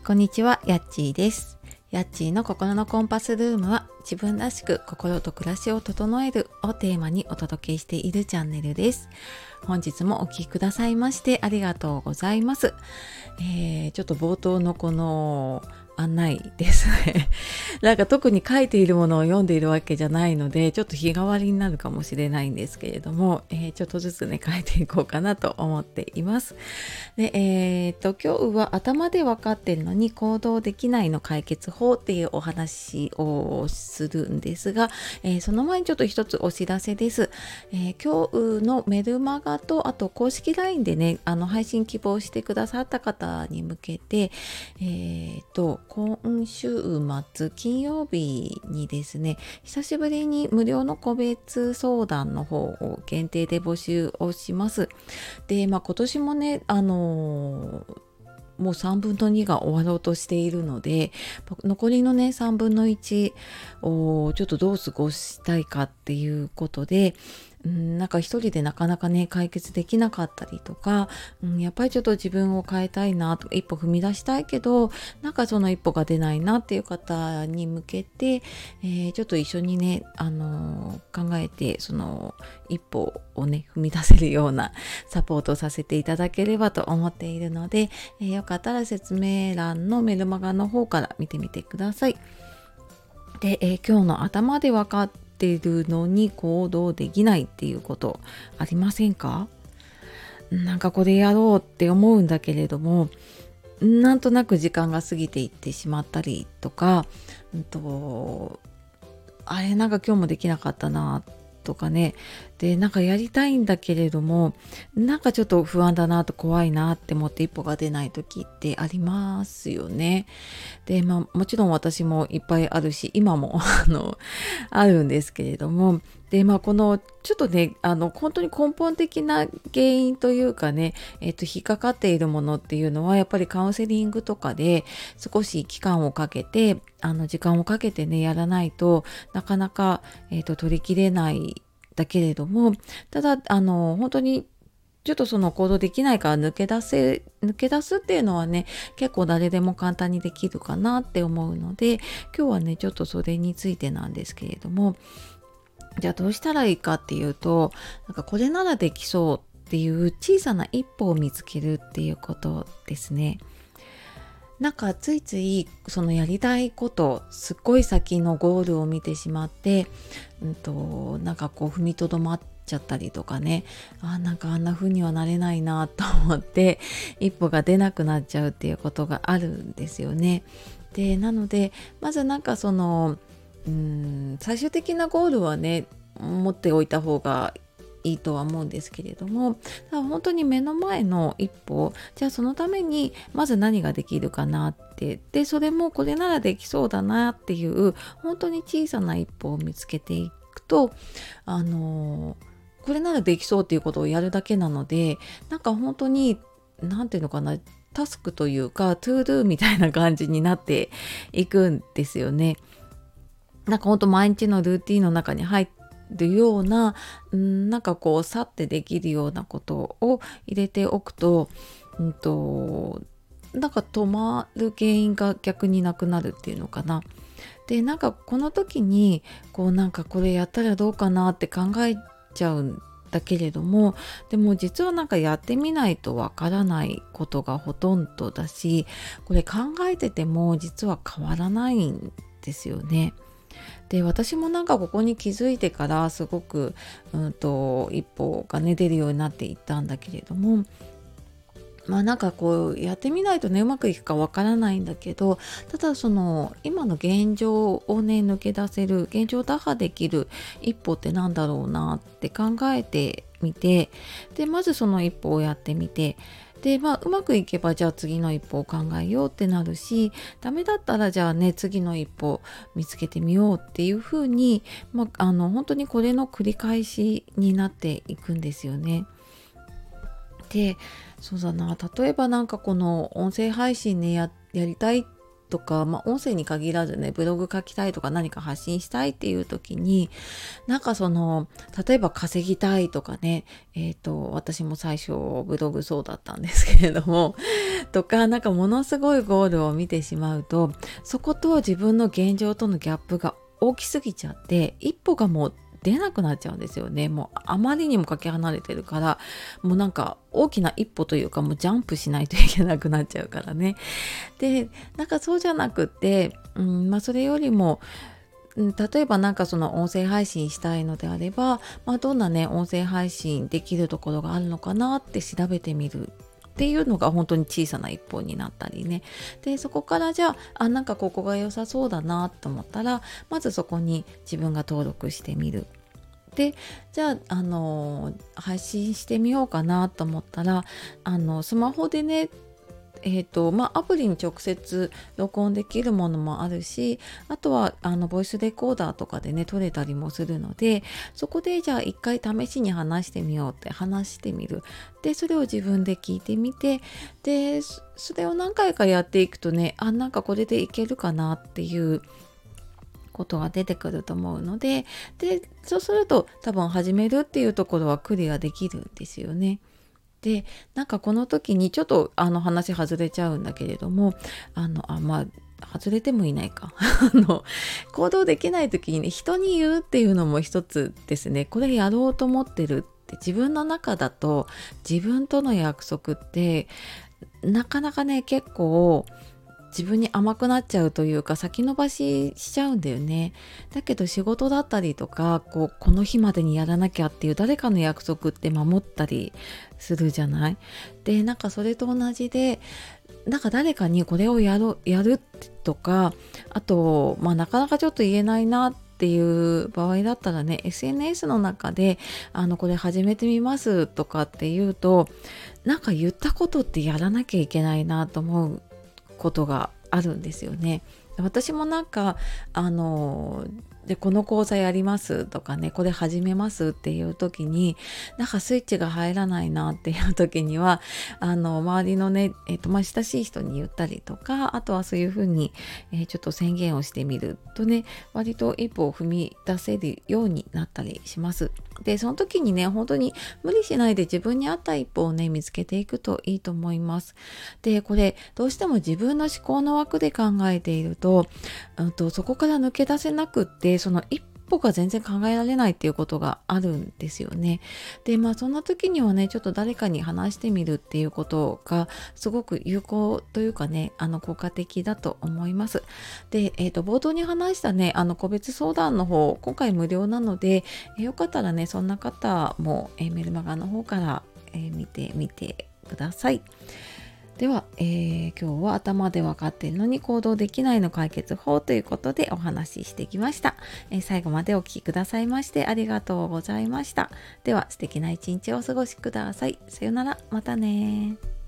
こんにちは、やっちーです。やっちーの心のコンパスルームは、自分らしく心と暮らしを整えるをテーマにお届けしているチャンネルです。本日もお聞きくださいましてありがとうございます。ちょっと冒頭のこの案内ですねなんか特に書いているものを読んでいるわけじゃないので、ちょっと日替わりになるかもしれないんですけれども、ちょっとずつね書いていこうかなと思っています。で、今日は頭で分かっているのに行動できないの解決法っていうお話をするんですが、その前にちょっと一つお知らせです。今日のメルマガとあと公式 LINE でね配信希望してくださった方に向けて、今週末金曜日にですね、久しぶりに無料の個別相談の方を限定で募集をします。で、今年もねもう3分の2が終わろうとしているので、残りのね3分の1をちょっとどう過ごしたいかっていうことで、なんか一人でなかなかね解決できなかったりとか、やっぱりちょっと自分を変えたいなとか、一歩踏み出したいけどなんかその一歩が出ないなっていう方に向けて、ちょっと一緒にね、考えてその一歩をね踏み出せるようなサポートをさせていただければと思っているので、よかったら説明欄のメルマガの方から見てみてください。で、今日の頭で分かっているのに行動できないっていうことありませんか？なんかこれやろうって思うんだけれども、なんとなく時間が過ぎていってしまったりとか、あれなんか今日もできなかったなとかね。で、なんかやりたいんだけれども、なんかちょっと不安だなと怖いなって思って一歩が出ない時ってありますよね。で、もちろん私もいっぱいあるし、今もあるんですけれども、で、このちょっとね、本当に根本的な原因というかね、引っかかっているものっていうのは、やっぱりカウンセリングとかで少し期間をかけて、時間をかけてね、やらないとなかなか、取り切れないだけれども、ただ、本当にちょっとその行動できないから抜け出すっていうのはね、結構誰でも簡単にできるかなって思うので、今日はね、ちょっとそれについてなんですけれども、じゃあどうしたらいいかっていうと、なんかこれならできそうっていう小さな一歩を見つけるっていうことですね。なんかついついそのやりたいこと、すっごい先のゴールを見てしまって、なんかこう踏みとどまっちゃったりとかね、なんかあんな風にはなれないなと思って一歩が出なくなっちゃうっていうことがあるんですよね。で、なのでまずなんかその最終的なゴールはね持っておいた方がいいとは思うんですけれども、ただ本当に目の前の一歩、じゃあそのためにまず何ができるかなって、でそれもこれならできそうだなっていう本当に小さな一歩を見つけていくと、これならできそうっていうことをやるだけなので、なんか本当になんていうのかな、タスクというかトゥードゥみたいな感じになっていくんですよね。なんかほんと毎日のルーティンの中に入るような、なんかこうさってできるようなことを入れておくと、なんか止まる原因が逆になくなるっていうのかな。で、なんかこの時にこうなんかこれやったらどうかなって考えちゃうんだけれども、でも実はなんかやってみないとわからないことがほとんどだし、これ考えてても実は変わらないんですよね。で、私もなんかここに気づいてからすごく一歩がね出るようになっていったんだけれども、なんかこうやってみないとねうまくいくかわからないんだけど、ただその今の現状をね抜け出せる、現状打破できる一歩ってなんだろうなって考えてみて、でまずその一歩をやってみて、でうまくいけばじゃあ次の一歩を考えようってなるし、ダメだったらじゃあね次の一歩見つけてみようっていう風に、本当にこれの繰り返しになっていくんですよね。で、そうだな、例えばなんかこの音声配信ねやりたいっとか、音声に限らずね、ブログ書きたいとか何か発信したいっていう時に、なんか例えば稼ぎたいとかね、私も最初ブログそうだったんですけれども、とか、なんかものすごいゴールを見てしまうと、そこと自分の現状とのギャップが大きすぎちゃって、一歩がもう出なくなっちゃうんですよね。もうあまりにもかけ離れてるから、もうなんか大きな一歩というか、もうジャンプしないといけなくなっちゃうからね。で、なんかそうじゃなくって、それよりも、例えばなんかその音声配信したいのであれば、どんなね、音声配信できるところがあるのかなって調べてみる。っていうのが本当に小さな一歩になったりね。で、そこからじゃあ、なんかここが良さそうだなと思ったら、まずそこに自分が登録してみる。で、じゃあ、配信してみようかなと思ったら、スマホでね、アプリに直接録音できるものもあるし、あとはボイスレコーダーとかでね撮れたりもするので、そこでじゃあ一回試しに話してみようって話してみる。で、それを自分で聞いてみて、でそれを何回かやっていくとね、なんかこれでいけるかなっていうことが出てくると思うので、そうすると多分始めるっていうところはクリアできるんですよね。で、なんかこの時にちょっと話外れちゃうんだけれども、外れてもいないか行動できない時にね、人に言うっていうのも一つですね。これやろうと思ってるって自分の中だと、自分との約束ってなかなかね、結構自分に甘くなっちゃうというか、先延ばししちゃうんだよね。だけど仕事だったりとか、この日までにやらなきゃっていう誰かの約束って守ったりするじゃない。で、なんかそれと同じで、なんか誰かにこれをやるとか、あと、なかなかちょっと言えないなっていう場合だったらね、SNS の中でこれ始めてみますとかっていうと、なんか言ったことってやらなきゃいけないなと思うことがあるんですよね。私もなんかでこの講座やりますとかね、これ始めますっていう時に、なんかスイッチが入らないなっていう時には、周りのね、親しい人に言ったりとか、あとはそういうふうに、ちょっと宣言をしてみるとね、割と一歩を踏み出せるようになったりします。で、その時にね、本当に無理しないで自分に合った一歩をね、見つけていくといいと思います。で、これどうしても自分の思考の枠で考えていると、そこから抜け出せなくって、その一歩が全然考えられないっていうことがあるんですよね。で、そんな時にはね、ちょっと誰かに話してみるっていうことがすごく有効というかね、効果的だと思います。で、冒頭に話したね、個別相談の方、今回無料なので、よかったらね、そんな方も、メルマガの方から、見てみてください。では、今日は頭で分かっているのに行動できないの解決法ということでお話ししてきました。最後までお聞きくださいましてありがとうございました。では素敵な一日をお過ごしください。さよなら、またね。